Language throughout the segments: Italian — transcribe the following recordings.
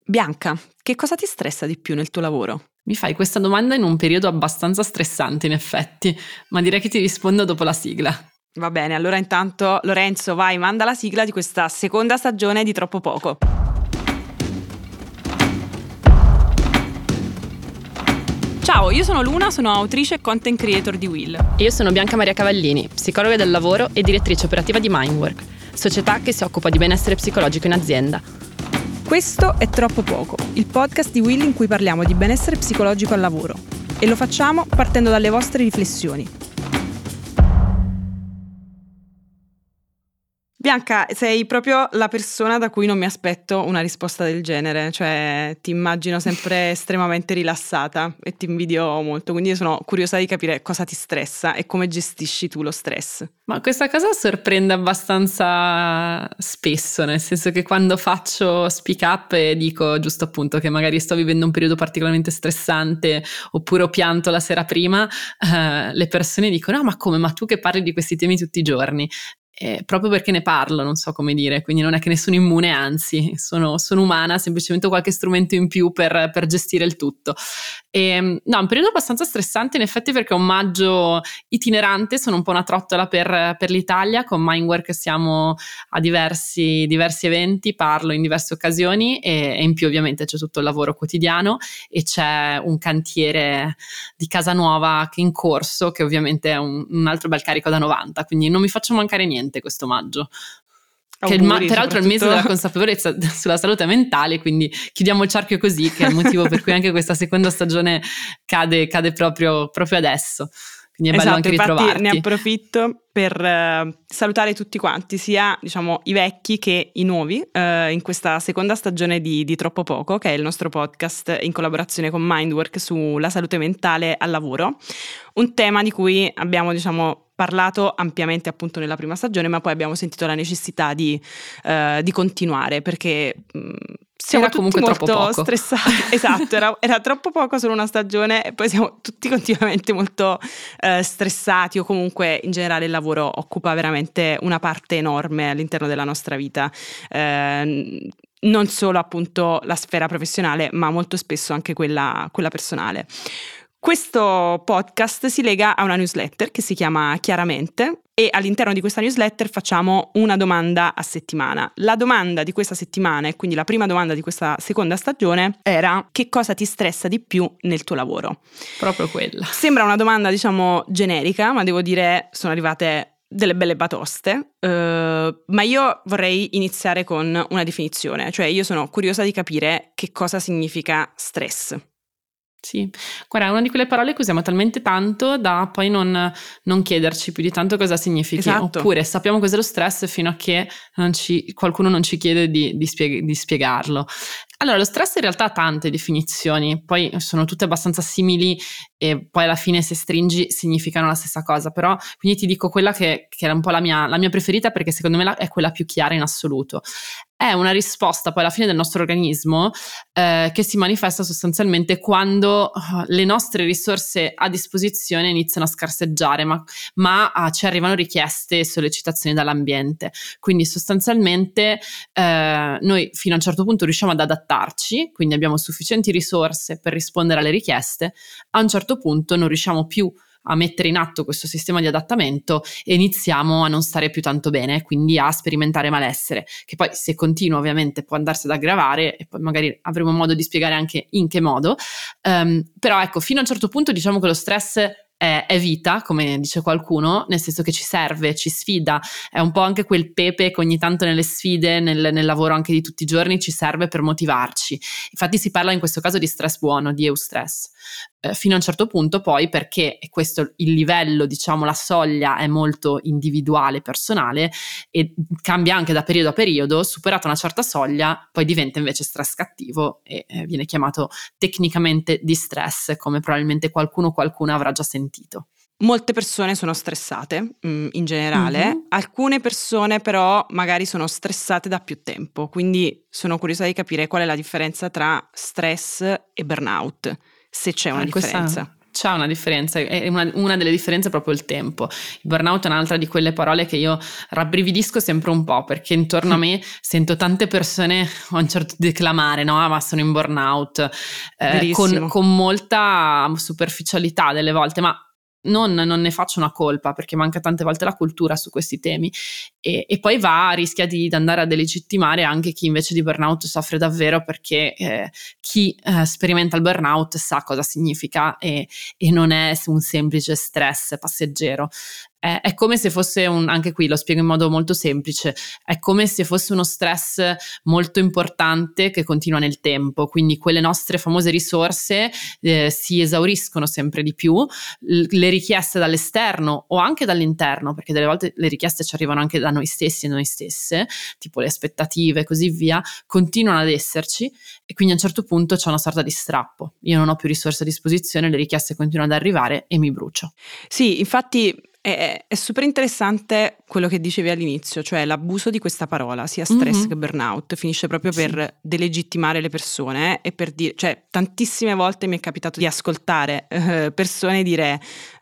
Bianca, che cosa ti stressa di più nel tuo lavoro? Mi fai questa domanda in un periodo abbastanza stressante in effetti, ma direi che ti rispondo dopo la sigla. Va bene, allora intanto Lorenzo, vai, manda la sigla di questa seconda stagione di Troppo Poco. Ciao, io sono Luna, sono autrice e content creator di Will. E io sono Bianca Maria Cavallini, psicologa del lavoro e direttrice operativa di Mindwork, società che si occupa di benessere psicologico in azienda. Questo è Troppo Poco, il podcast di Will in cui parliamo di benessere psicologico al lavoro. E lo facciamo partendo dalle vostre riflessioni. Bianca, sei proprio la persona da cui non mi aspetto una risposta del genere, cioè ti immagino sempre estremamente rilassata e ti invidio molto, quindi io sono curiosa di capire cosa ti stressa e come gestisci tu lo stress. Ma questa cosa sorprende abbastanza spesso, nel senso che quando faccio speak up e dico giusto appunto che magari sto vivendo un periodo particolarmente stressante oppure ho pianto la sera prima, le persone dicono no ma come, ma tu che parli di questi temi tutti i giorni? Proprio perché ne parlo, non so come dire, quindi non è che ne sono immune, anzi sono umana, semplicemente ho qualche strumento in più per gestire il tutto. No, un periodo abbastanza stressante in effetti perché è un maggio itinerante, sono un po' una trottola per l'Italia, con Mindwork siamo a diversi eventi, parlo in diverse occasioni e in più ovviamente c'è tutto il lavoro quotidiano e c'è un cantiere di casa nuova che è in corso, che ovviamente è un altro bel carico da 90, quindi non mi faccio mancare niente questo maggio. Che peraltro è il mese della consapevolezza sulla salute mentale, quindi chiudiamo il cerchio così, che è il motivo per cui anche questa seconda stagione cade proprio adesso. Quindi è bello anche ritrovarti. Infatti ne approfitto per salutare tutti quanti, sia diciamo i vecchi che i nuovi, in questa seconda stagione di Troppo Poco, che è il nostro podcast in collaborazione con Mindwork sulla salute mentale al lavoro, un tema di cui abbiamo parlato ampiamente appunto nella prima stagione, ma poi abbiamo sentito la necessità di continuare perché siamo era comunque tutti molto troppo poco. Stressati. Esatto, era troppo poco solo una stagione e poi siamo tutti continuamente molto stressati, o comunque in generale il lavoro occupa veramente una parte enorme all'interno della nostra vita. Non solo appunto la sfera professionale, ma molto spesso anche quella personale. Questo podcast si lega a una newsletter che si chiama Chiaramente e all'interno di questa newsletter facciamo una domanda a settimana. La domanda di questa settimana, e quindi la prima domanda di questa seconda stagione, era: che cosa ti stressa di più nel tuo lavoro? Proprio quella. Sembra una domanda generica, ma devo dire sono arrivate delle belle batoste, ma io vorrei iniziare con una definizione, cioè io sono curiosa di capire che cosa significa stress. Sì, guarda, è una di quelle parole che usiamo talmente tanto da poi non chiederci più di tanto cosa significhi. Esatto. Oppure sappiamo cos'è lo stress fino a che qualcuno non ci chiede di spiegarlo. Allora, lo stress in realtà ha tante definizioni, poi sono tutte abbastanza simili e poi alla fine se stringi significano la stessa cosa, però quindi ti dico quella che era un po' la mia preferita, perché secondo me è quella più chiara in assoluto. È una risposta poi alla fine del nostro organismo che si manifesta sostanzialmente quando le nostre risorse a disposizione iniziano a scarseggiare, ma ci arrivano richieste e sollecitazioni dall'ambiente. Quindi sostanzialmente noi fino a un certo punto riusciamo ad adattarci, quindi abbiamo sufficienti risorse per rispondere alle richieste. A un certo punto non riusciamo più a mettere in atto questo sistema di adattamento e iniziamo a non stare più tanto bene, quindi a sperimentare malessere, che poi se continua ovviamente può andarsi ad aggravare e poi magari avremo modo di spiegare anche in che modo, però ecco, fino a un certo punto diciamo che lo stress è vita, come dice qualcuno, nel senso che ci serve, ci sfida, è un po' anche quel pepe che ogni tanto nelle sfide, nel lavoro anche di tutti i giorni ci serve per motivarci. Infatti si parla in questo caso di stress buono, di eustress, fino a un certo punto poi, perché questo il livello, diciamo la soglia è molto individuale, personale e cambia anche da periodo a periodo. Superata una certa soglia poi diventa invece stress cattivo e viene chiamato tecnicamente distress, come probabilmente qualcuno avrà già sentito. Molte persone sono stressate in generale, alcune persone però magari sono stressate da più tempo, quindi sono curiosa di capire qual è la differenza tra stress e burnout, se c'è una differenza. C'è una differenza, e una delle differenze è proprio il tempo. Il burnout è un'altra di quelle parole che io rabbrividisco sempre un po', perché intorno a me sento tante persone a un certo declamare, no? Ma sono in burnout, con molta superficialità delle volte, ma non ne faccio una colpa, perché manca tante volte la cultura su questi temi, e poi rischia di andare a delegittimare anche chi invece di burnout soffre davvero, perché chi sperimenta il burnout sa cosa significa e non è un semplice stress passeggero. È come se fosse anche qui lo spiego in modo molto semplice, è come se fosse uno stress molto importante che continua nel tempo, quindi quelle nostre famose risorse si esauriscono sempre di più, le richieste dall'esterno o anche dall'interno, perché delle volte le richieste ci arrivano anche da noi stessi e noi stesse, tipo le aspettative e così via, continuano ad esserci, e quindi a un certo punto c'è una sorta di strappo. Io non ho più risorse a disposizione, le richieste continuano ad arrivare e mi brucio. Sì, infatti è super interessante quello che dicevi all'inizio, cioè l'abuso di questa parola, sia stress che burnout, finisce proprio per delegittimare le persone e per dire, cioè tantissime volte mi è capitato di ascoltare persone dire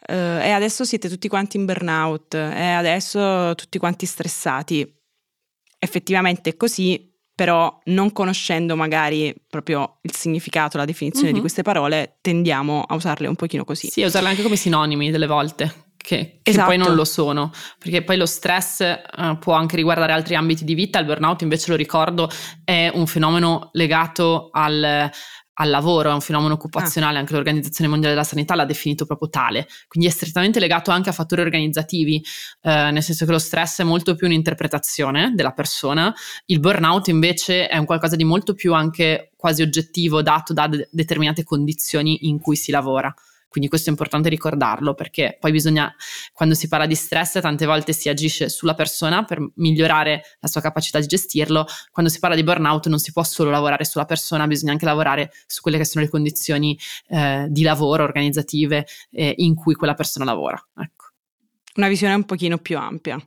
e adesso siete tutti quanti in burnout, e adesso tutti quanti stressati. Effettivamente è così, però non conoscendo magari proprio il significato, la definizione di queste parole, tendiamo a usarle un pochino così. Sì, a usarle anche come sinonimi delle volte. Che Esatto. Poi non lo sono, perché poi lo stress può anche riguardare altri ambiti di vita. Il burnout invece, lo ricordo, è un fenomeno legato al lavoro, è un fenomeno occupazionale. Anche l'Organizzazione Mondiale della Sanità l'ha definito proprio tale, quindi è strettamente legato anche a fattori organizzativi, nel senso che lo stress è molto più un'interpretazione della persona, il burnout invece è un qualcosa di molto più anche quasi oggettivo, dato da determinate condizioni in cui si lavora. Quindi questo è importante ricordarlo, perché poi bisogna, quando si parla di stress, tante volte si agisce sulla persona per migliorare la sua capacità di gestirlo. Quando si parla di burnout non si può solo lavorare sulla persona, bisogna anche lavorare su quelle che sono le condizioni di lavoro, organizzative, in cui quella persona lavora. Ecco. Una visione un pochino più ampia.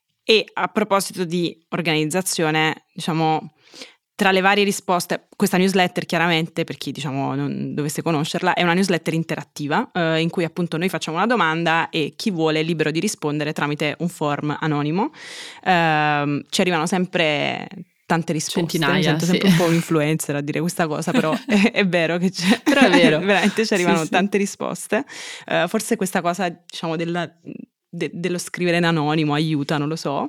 E a proposito di organizzazione, diciamo, tra le varie risposte, questa newsletter chiaramente, per chi diciamo non dovesse conoscerla, è una newsletter interattiva in cui appunto noi facciamo una domanda e chi vuole è libero di rispondere tramite un form anonimo. Ci arrivano sempre tante risposte. Centinaia, mi sento sempre un po' un influencer a dire questa cosa, però è vero che c'è. Però è vero. Veramente ci arrivano tante risposte. Forse questa cosa, diciamo, dello scrivere in anonimo aiuta, non lo so.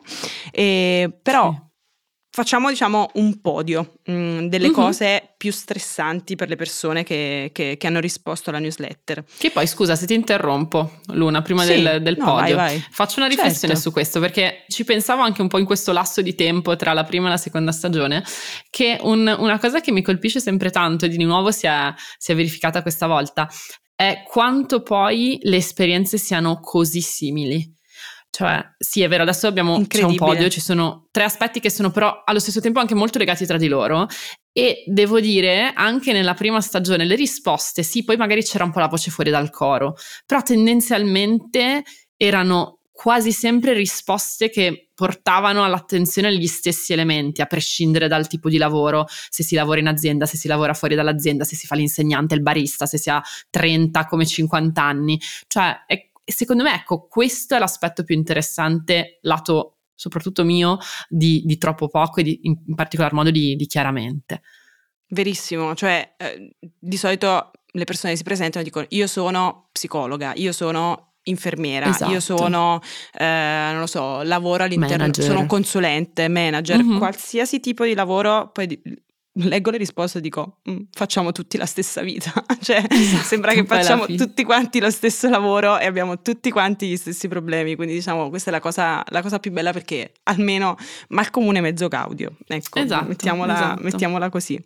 Però... Sì. Facciamo, diciamo, un podio delle cose più stressanti per le persone che hanno risposto alla newsletter. Che poi, scusa se ti interrompo, Luna, prima del podio, vai. Faccio una riflessione su questo, perché ci pensavo anche un po' in questo lasso di tempo tra la prima e la seconda stagione, che una cosa che mi colpisce sempre tanto, e di nuovo si è verificata questa volta, è quanto poi le esperienze siano così simili. Cioè, sì, è vero, adesso c'è un podio, ci sono 3 aspetti che sono però allo stesso tempo anche molto legati tra di loro, e devo dire, anche nella prima stagione le risposte, sì, poi magari c'era un po' la voce fuori dal coro, però tendenzialmente erano quasi sempre risposte che portavano all'attenzione gli stessi elementi, a prescindere dal tipo di lavoro, se si lavora in azienda, se si lavora fuori dall'azienda, se si fa l'insegnante, il barista, se si ha 30 come 50 anni, cioè secondo me, ecco, questo è l'aspetto più interessante, lato soprattutto mio, di Troppo Poco e in particolar modo di Chiaramente. Verissimo, cioè di solito le persone si presentano e dicono io sono psicologa, io sono infermiera, esatto. Io sono, non lo so, lavoro all'interno, sono consulente, manager, qualsiasi tipo di lavoro, poi leggo le risposte e dico facciamo tutti la stessa vita, cioè esatto, sembra che facciamo tutti quanti lo stesso lavoro e abbiamo tutti quanti gli stessi problemi, quindi diciamo questa è la cosa più bella, perché almeno mal comune mezzo gaudio, ecco, esatto, mettiamola così.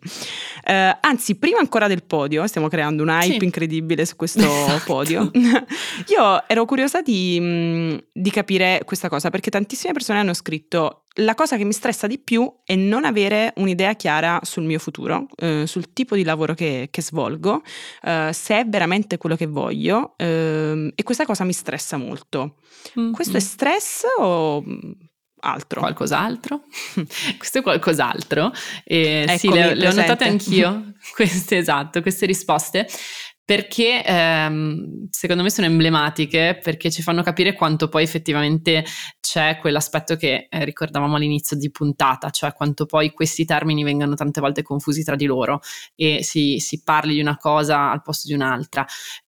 Anzi, prima ancora del podio, stiamo creando un hype incredibile su questo podio. Io ero curiosa di capire questa cosa, perché tantissime persone hanno scritto: la cosa che mi stressa di più è non avere un'idea chiara sul mio futuro, sul tipo di lavoro che svolgo, se è veramente quello che voglio, e questa cosa mi stressa molto. Questo è stress o altro? Qualcos'altro? Questo è qualcos'altro. Sì, le ho notate anch'io queste risposte. perché secondo me sono emblematiche, perché ci fanno capire quanto poi effettivamente c'è quell'aspetto che ricordavamo all'inizio di puntata, cioè quanto poi questi termini vengano tante volte confusi tra di loro e si parli di una cosa al posto di un'altra,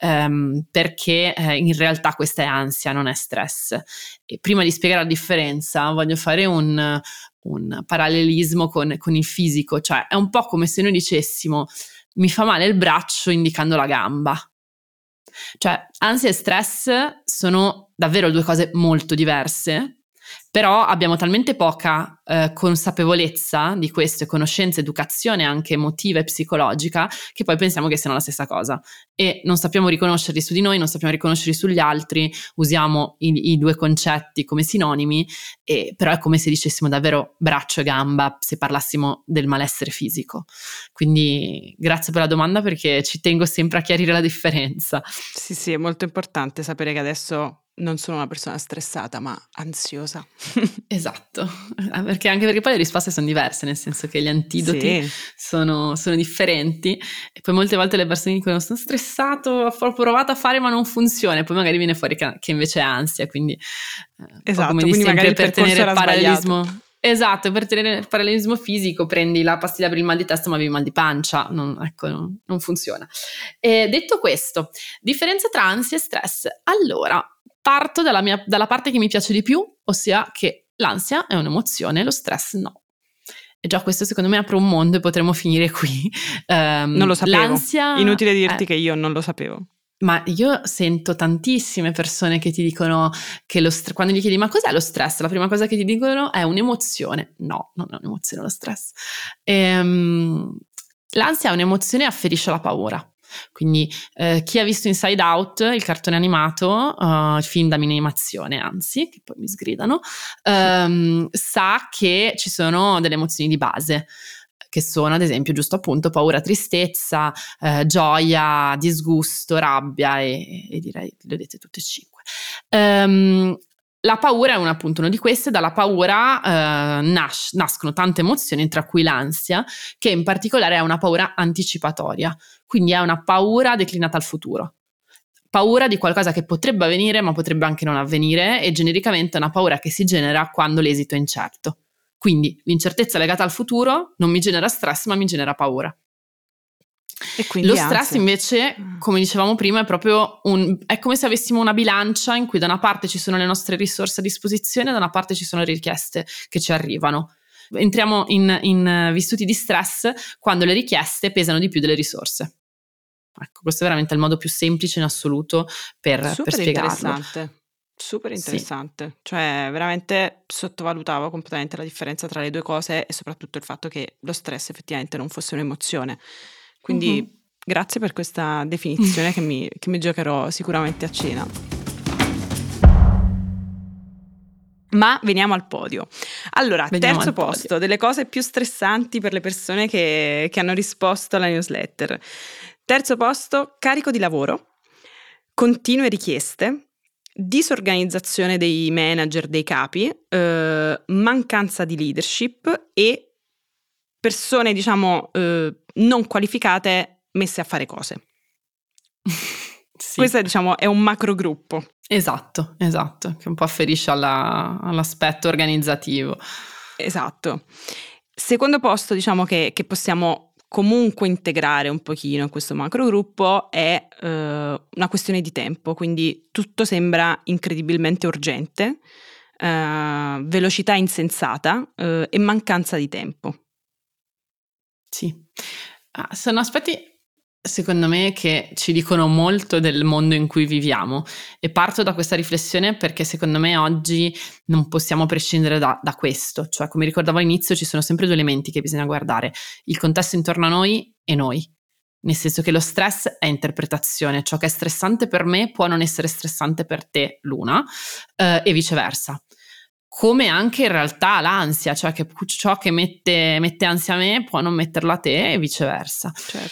perché in realtà questa è ansia, non è stress. E prima di spiegare la differenza voglio fare un parallelismo con il fisico, cioè è un po' come se noi dicessimo mi fa male il braccio indicando la gamba. Cioè, ansia e stress sono davvero due cose molto diverse, però abbiamo talmente poca consapevolezza di questo e conoscenza, educazione anche emotiva e psicologica, che poi pensiamo che siano la stessa cosa e non sappiamo riconoscerli su di noi, non sappiamo riconoscerli sugli altri, usiamo i due concetti come sinonimi, però è come se dicessimo davvero braccio e gamba se parlassimo del malessere fisico. Quindi grazie per la domanda, perché ci tengo sempre a chiarire la differenza. Sì, è molto importante sapere che adesso non sono una persona stressata, ma ansiosa. Esatto, anche perché poi le risposte sono diverse, nel senso che gli antidoti sono differenti, e poi molte volte le persone dicono sono stressato, ho provato a fare ma non funziona, e poi magari viene fuori che invece è ansia, quindi esatto, come quindi sempre, magari per tenere il parallelismo sbagliato. Esatto, per tenere il parallelismo fisico prendi la pastiglia per il mal di testa ma avevi mal di pancia, non funziona. Detto questo, differenza tra ansia e stress. Allora, parto dalla parte che mi piace di più, ossia che l'ansia è un'emozione, lo stress no. E già questo secondo me apre un mondo e potremmo finire qui. Non lo sapevo, l'ansia, inutile dirti che io non lo sapevo. Ma io sento tantissime persone che ti dicono che quando gli chiedi ma cos'è lo stress, la prima cosa che ti dicono è un'emozione. No, non è un'emozione lo stress. L'ansia è un'emozione e afferisce alla paura. Quindi chi ha visto Inside Out, il cartone animato, il film d'animazione anzi, che poi mi sgridano, sa che ci sono delle emozioni di base, che sono ad esempio giusto appunto paura, tristezza, gioia, disgusto, rabbia e direi le ho dette tutte e 5. La paura è appunto uno di queste. Dalla paura nascono tante emozioni, tra cui l'ansia, che in particolare è una paura anticipatoria, quindi è una paura declinata al futuro. Paura di qualcosa che potrebbe avvenire ma potrebbe anche non avvenire, e genericamente è una paura che si genera quando l'esito è incerto. Quindi l'incertezza legata al futuro non mi genera stress ma mi genera paura. E quindi lo stress invece, come dicevamo prima, è proprio è come se avessimo una bilancia in cui da una parte ci sono le nostre risorse a disposizione e da una parte ci sono le richieste che ci arrivano. Entriamo in vissuti di stress quando le richieste pesano di più delle risorse. Ecco, questo è veramente il modo più semplice in assoluto per spiegarlo. Super interessante, sì. Cioè veramente sottovalutavo completamente la differenza tra le due cose e soprattutto il fatto che lo stress effettivamente non fosse un'emozione. Quindi grazie per questa definizione che mi giocherò sicuramente a cena. Ma veniamo al podio. Allora, terzo posto, delle cose più stressanti per le persone che hanno risposto alla newsletter. Terzo posto, carico di lavoro, continue richieste, disorganizzazione dei manager, dei capi, mancanza di leadership e persone, diciamo, non qualificate messe a fare cose. Sì. Questo, diciamo, è un macro gruppo. Esatto, che un po' afferisce all'aspetto organizzativo. Esatto. Secondo posto, diciamo, che possiamo comunque integrare un pochino in questo macro gruppo è una questione di tempo, quindi tutto sembra incredibilmente urgente, velocità insensata e mancanza di tempo. Sì, sono aspetti secondo me che ci dicono molto del mondo in cui viviamo, e parto da questa riflessione perché secondo me oggi non possiamo prescindere da questo. Cioè, come ricordavo all'inizio, ci sono sempre due elementi che bisogna guardare: il contesto intorno a noi e noi, nel senso che lo stress è interpretazione. Ciò che è stressante per me può non essere stressante per te, Luna, e viceversa. Come anche in realtà l'ansia, cioè che ciò che mette ansia a me può non metterla a te e viceversa. Certo.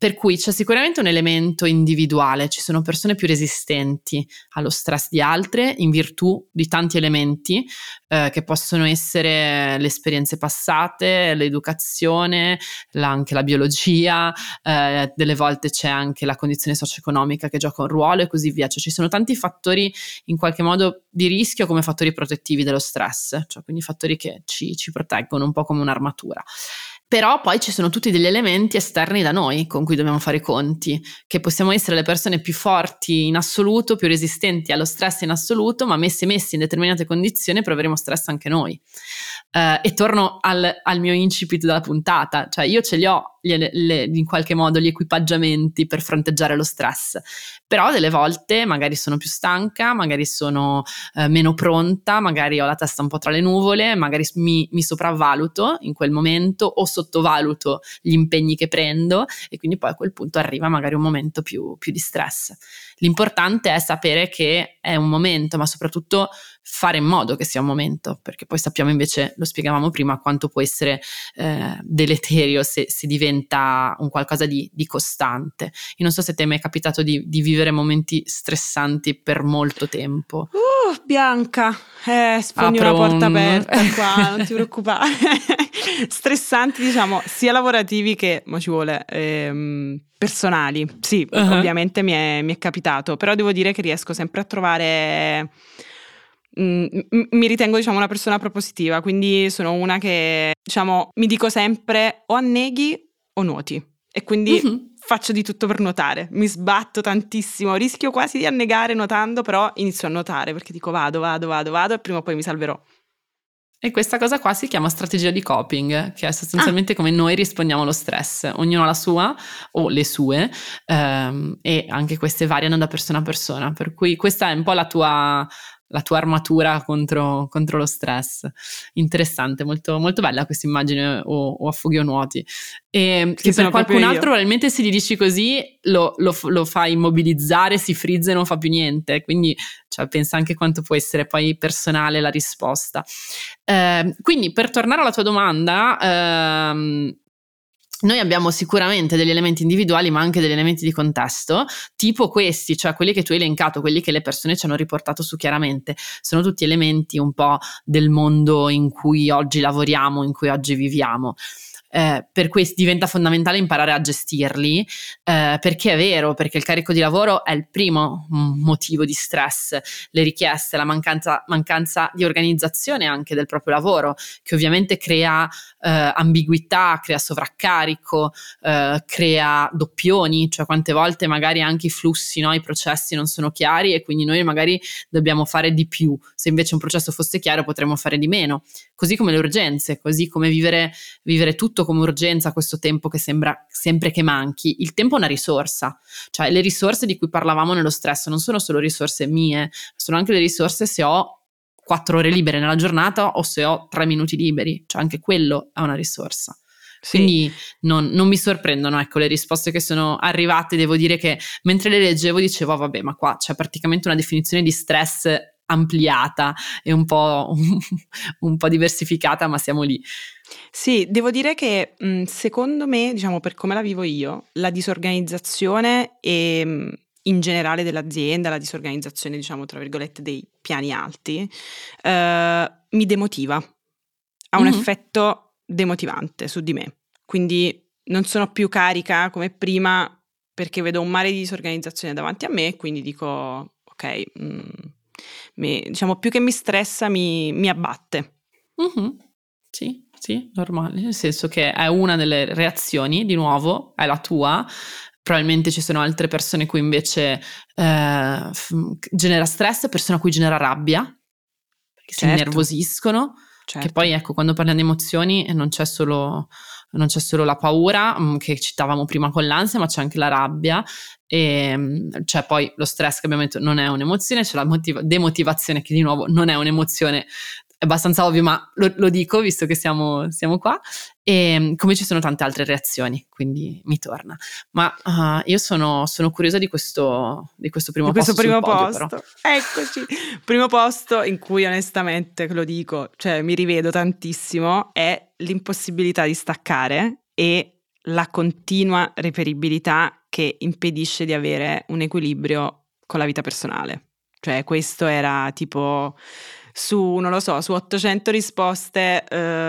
Per cui c'è sicuramente un elemento individuale, ci sono persone più resistenti allo stress di altre in virtù di tanti elementi che possono essere le esperienze passate, l'educazione, anche la biologia, delle volte c'è anche la condizione socio-economica che gioca un ruolo e così via. Cioè ci sono tanti fattori in qualche modo di rischio come fattori protettivi dello stress, cioè quindi fattori che ci proteggono un po' come un'armatura. Però poi ci sono tutti degli elementi esterni da noi con cui dobbiamo fare i conti, che possiamo essere le persone più forti in assoluto, più resistenti allo stress in assoluto, ma messi in determinate condizioni proveremo stress anche noi. E torno al mio incipit della puntata, cioè io ce li ho in qualche modo gli equipaggiamenti per fronteggiare lo stress, però delle volte magari sono più stanca, magari sono meno pronta, magari ho la testa un po' tra le nuvole, magari mi sopravvaluto in quel momento o sottovaluto gli impegni che prendo e quindi poi a quel punto arriva magari un momento più di stress. L'importante è sapere che è un momento, ma soprattutto fare in modo che sia un momento, perché poi sappiamo invece, lo spiegavamo prima, quanto può essere deleterio se diventa un qualcosa di costante. Io non so se ti è mai capitato di vivere momenti stressanti per molto tempo. Bianca, sfondi una porta aperta qua, non ti preoccupare. Stressanti, diciamo, sia lavorativi che, ma ci vuole, personali. Sì, ovviamente mi è capitato, però devo dire che riesco sempre a trovare... mi ritengo, diciamo, una persona propositiva, quindi sono una che, diciamo, mi dico sempre o anneghi o nuoti e quindi faccio di tutto per nuotare, mi sbatto tantissimo, rischio quasi di annegare nuotando, però inizio a nuotare perché dico vado e prima o poi mi salverò. E questa cosa qua si chiama strategia di coping, che è sostanzialmente come noi rispondiamo allo stress. Ognuno ha la sua o le sue, e anche queste variano da persona a persona, per cui questa è un po' la tua armatura contro lo stress. Interessante, molto, molto bella questa immagine, o affoghi o nuoti. E che per qualcun altro probabilmente se gli dici così lo fa immobilizzare, si frizza e non fa più niente, quindi cioè, pensa anche quanto può essere poi personale la risposta. Quindi per tornare alla tua domanda, noi abbiamo sicuramente degli elementi individuali ma anche degli elementi di contesto, tipo questi, cioè quelli che tu hai elencato, quelli che le persone ci hanno riportato su chiaramente, sono tutti elementi un po' del mondo in cui oggi lavoriamo, in cui oggi viviamo. Per cui diventa fondamentale imparare a gestirli, perché è vero, perché il carico di lavoro è il primo motivo di stress, le richieste, la mancanza di organizzazione anche del proprio lavoro, che ovviamente crea ambiguità, crea sovraccarico, crea doppioni, cioè quante volte magari anche i flussi, no, i processi non sono chiari e quindi noi magari dobbiamo fare di più, se invece un processo fosse chiaro potremmo fare di meno, così come le urgenze, così come vivere tutto come urgenza, questo tempo che sembra sempre che manchi. Il tempo è una risorsa, cioè le risorse di cui parlavamo nello stress non sono solo risorse mie, sono anche le risorse se ho 4 ore libere nella giornata o se ho 3 minuti liberi, cioè anche quello è una risorsa. Sì. Quindi non mi sorprendono, ecco, le risposte che sono arrivate. Devo dire che mentre le leggevo dicevo vabbè, ma qua c'è praticamente una definizione di stress ampliata e un po' diversificata, ma siamo lì. Sì, devo dire che secondo me, diciamo, per come la vivo io, la disorganizzazione e in generale dell'azienda, la disorganizzazione, diciamo, tra virgolette, dei piani alti, mi demotiva, ha un effetto demotivante su di me, quindi non sono più carica come prima perché vedo un mare di disorganizzazione davanti a me e quindi dico ok, diciamo, più che mi stressa mi abbatte. Sì, normale, nel senso che è una delle reazioni, di nuovo, è la tua. Probabilmente ci sono altre persone a cui invece genera stress, persone a cui genera rabbia, perché si innervosiscono, che poi ecco, quando parliamo di emozioni non c'è solo la paura che citavamo prima con l'ansia, ma c'è anche la rabbia e c'è poi lo stress che abbiamo detto non è un'emozione, c'è la demotivazione che di nuovo non è un'emozione. È abbastanza ovvio, ma lo dico visto che siamo qua, e come ci sono tante altre reazioni, quindi mi torna. Ma io sono curiosa di questo primo posto sul podio, però. Eccoci, primo posto in cui onestamente, lo dico, cioè mi rivedo tantissimo, è l'impossibilità di staccare e la continua reperibilità che impedisce di avere un equilibrio con la vita personale. Cioè questo era tipo non lo so, su 800 risposte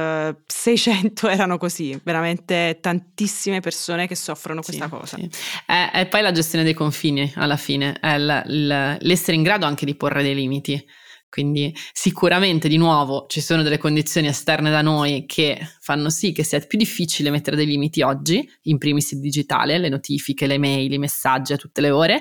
600 erano così, veramente tantissime persone che soffrono questa cosa. Sì. E poi la gestione dei confini alla fine, è l'essere in grado anche di porre dei limiti. Quindi sicuramente di nuovo ci sono delle condizioni esterne da noi che fanno sì che sia più difficile mettere dei limiti oggi, in primis il digitale, le notifiche, le mail, i messaggi a tutte le ore,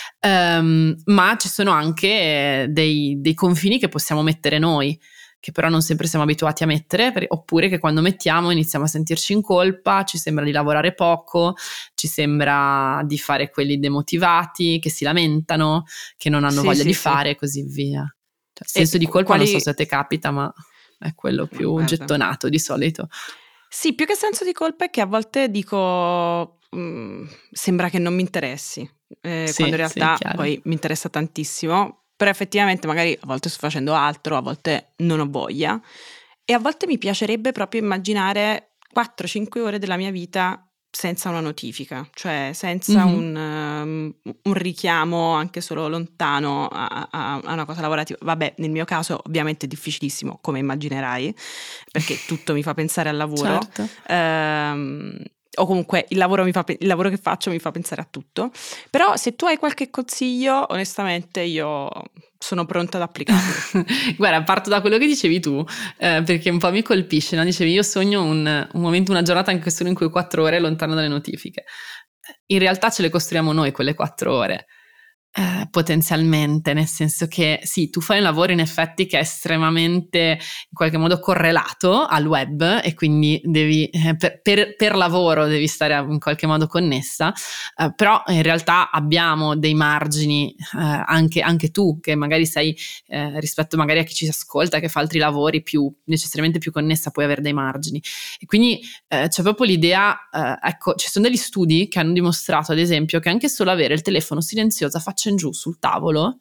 ma ci sono anche dei confini che possiamo mettere noi, che però non sempre siamo abituati a mettere, oppure che quando mettiamo iniziamo a sentirci in colpa, ci sembra di lavorare poco, ci sembra di fare quelli demotivati, che si lamentano, che non hanno voglia di fare e così via. Cioè, senso di colpa non so se te capita, ma è quello più gettonato di solito. Sì, più che senso di colpa è che a volte dico sembra che non mi interessi, quando in realtà poi mi interessa tantissimo, però effettivamente magari a volte sto facendo altro, a volte non ho voglia e a volte mi piacerebbe proprio immaginare 4-5 ore della mia vita senza una notifica, cioè senza un richiamo anche solo lontano a una cosa lavorativa. Vabbè, nel mio caso ovviamente è difficilissimo, come immaginerai, perché tutto mi fa pensare al lavoro. Certo. O comunque il lavoro che faccio mi fa pensare a tutto. Però se tu hai qualche consiglio, onestamente io sono pronta ad applicarlo. Guarda, parto da quello che dicevi tu, perché un po' mi colpisce, no? Dicevi io sogno un momento, una giornata anche solo in cui 4 ore lontano dalle notifiche. In realtà ce le costruiamo noi quelle 4 ore. Potenzialmente, nel senso che sì, tu fai un lavoro in effetti che è estremamente in qualche modo correlato al web e quindi devi per lavoro devi stare in qualche modo connessa, però in realtà abbiamo dei margini, anche tu che magari sei rispetto magari a chi ci ascolta che fa altri lavori più necessariamente più connessa, puoi avere dei margini e quindi c'è proprio l'idea, ecco, ci sono degli studi che hanno dimostrato ad esempio che anche solo avere il telefono silenzioso a faccia in giù sul tavolo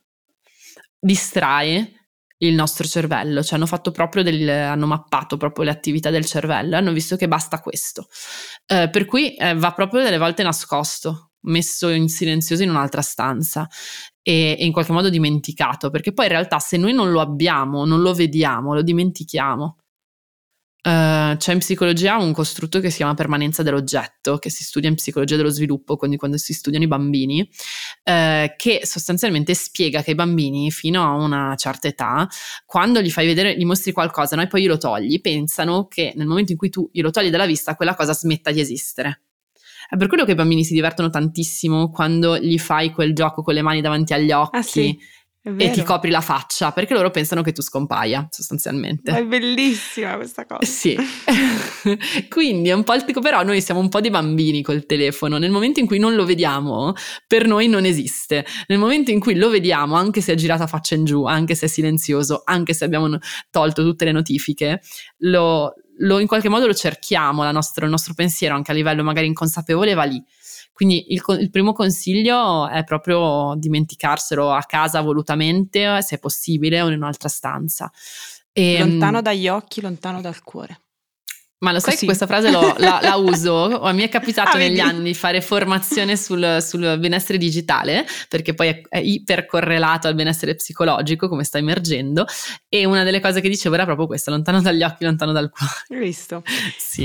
distrae il nostro cervello, cioè hanno mappato proprio le attività del cervello e hanno visto che basta questo, per cui va proprio delle volte nascosto, messo in silenzioso in un'altra stanza e in qualche modo dimenticato, perché poi in realtà se noi non lo abbiamo, non lo vediamo, lo dimentichiamo. C'è in psicologia un costrutto che si chiama permanenza dell'oggetto, che si studia in psicologia dello sviluppo, quindi quando si studiano i bambini, che sostanzialmente spiega che i bambini fino a una certa età, quando gli fai vedere, gli mostri qualcosa, no, e poi glielo togli, pensano che nel momento in cui tu glielo togli dalla vista quella cosa smetta di esistere. È per quello che i bambini si divertono tantissimo quando gli fai quel gioco con le mani davanti agli occhi. Ah, sì. E ti copri la faccia, perché loro pensano che tu scompaia, sostanzialmente. Ma è bellissima questa cosa. Sì. Quindi è un po' però noi siamo un po' dei bambini col telefono. Nel momento in cui non lo vediamo, per noi non esiste. Nel momento in cui lo vediamo, anche se è girato a faccia in giù, anche se è silenzioso, anche se abbiamo tolto tutte le notifiche, lo in qualche modo lo cerchiamo, il nostro pensiero anche a livello magari inconsapevole va lì. Quindi il primo consiglio è proprio dimenticarselo a casa volutamente, se è possibile, o in un'altra stanza. Lontano dagli occhi, lontano dal cuore. Ma lo sai che questa frase la uso? Mi è capitato negli anni di fare formazione sul benessere digitale, perché poi è ipercorrelato al benessere psicologico, come sta emergendo, e una delle cose che dicevo era proprio questa: lontano dagli occhi, lontano dal cuore. Hai visto? Sì.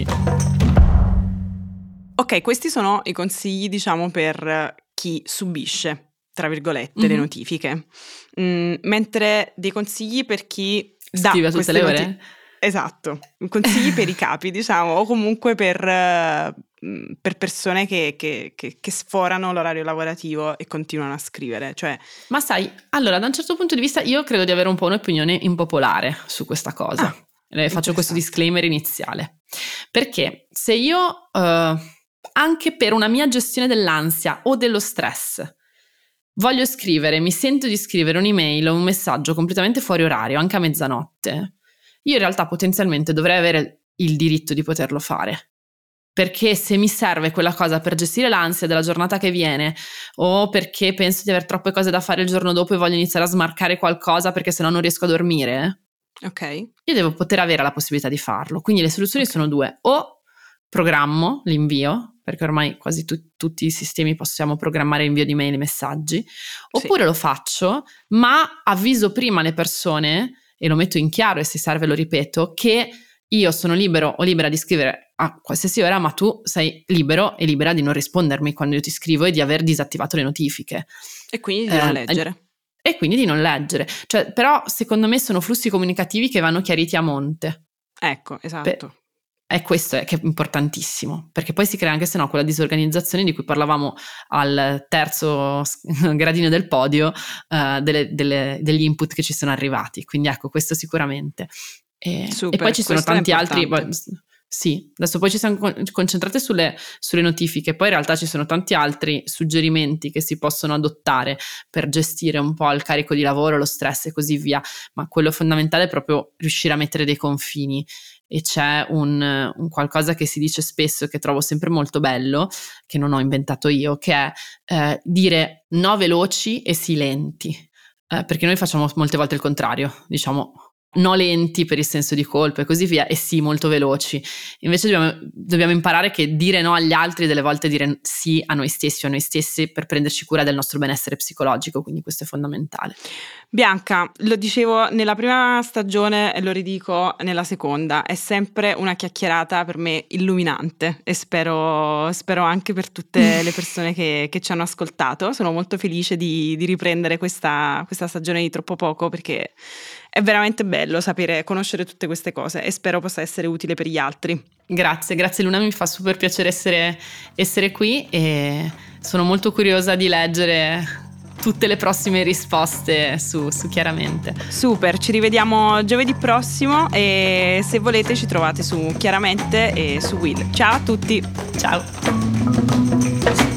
Ok, questi sono i consigli, diciamo, per chi subisce, tra virgolette, le notifiche. Mentre dei consigli per chi scrive tutte le ore? Esatto, consigli per i capi, diciamo, o comunque per persone che sforano l'orario lavorativo e continuano a scrivere. Cioè... Ma sai, allora, da un certo punto di vista io credo di avere un po' un'opinione impopolare su questa cosa. Faccio questo disclaimer iniziale. Perché se io... anche per una mia gestione dell'ansia o dello stress voglio scrivere, mi sento di scrivere un'email o un messaggio completamente fuori orario, anche a mezzanotte, io in realtà potenzialmente dovrei avere il diritto di poterlo fare, perché se mi serve quella cosa per gestire l'ansia della giornata che viene, o perché penso di aver troppe cose da fare il giorno dopo e voglio iniziare a smarcare qualcosa perché sennò non riesco a dormire, io devo poter avere la possibilità di farlo. Quindi le soluzioni sono due: o programmo l'invio, perché ormai quasi tutti i sistemi possiamo programmare invio di mail e messaggi, oppure lo faccio, ma avviso prima le persone, e lo metto in chiaro e se serve lo ripeto, che io sono libero o libera di scrivere a qualsiasi ora, ma tu sei libero e libera di non rispondermi quando io ti scrivo e di aver disattivato le notifiche. E quindi di non leggere. E quindi di non leggere. Cioè, però secondo me sono flussi comunicativi che vanno chiariti a monte. Ecco, esatto. E questo è che è importantissimo, perché poi si crea anche se no quella disorganizzazione di cui parlavamo al terzo gradino del podio, degli input che ci sono arrivati. Quindi ecco, questo sicuramente. E poi ci sono tanti altri. Sì, adesso poi ci siamo concentrate sulle notifiche, poi in realtà ci sono tanti altri suggerimenti che si possono adottare per gestire un po' il carico di lavoro, lo stress e così via, ma quello fondamentale è proprio riuscire a mettere dei confini. E c'è un qualcosa che si dice spesso e che trovo sempre molto bello, che non ho inventato io, che è dire no veloci e sì lenti, perché noi facciamo molte volte il contrario, diciamo no lenti per il senso di colpa e così via, e sì molto veloci. Invece dobbiamo imparare che dire no agli altri delle volte dire sì a noi stessi o a noi stessi per prenderci cura del nostro benessere psicologico, quindi questo è fondamentale. Bianca, lo dicevo nella prima stagione e lo ridico nella seconda, è sempre una chiacchierata per me illuminante e spero anche per tutte le persone che ci hanno ascoltato. Sono molto felice di riprendere questa stagione di Troppo Poco, perché è veramente bello sapere, conoscere tutte queste cose e spero possa essere utile per gli altri. Grazie Luna, mi fa super piacere essere qui e sono molto curiosa di leggere tutte le prossime risposte su Chiaramente. Super, ci rivediamo giovedì prossimo e se volete ci trovate su Chiaramente e su Will. Ciao a tutti. Ciao.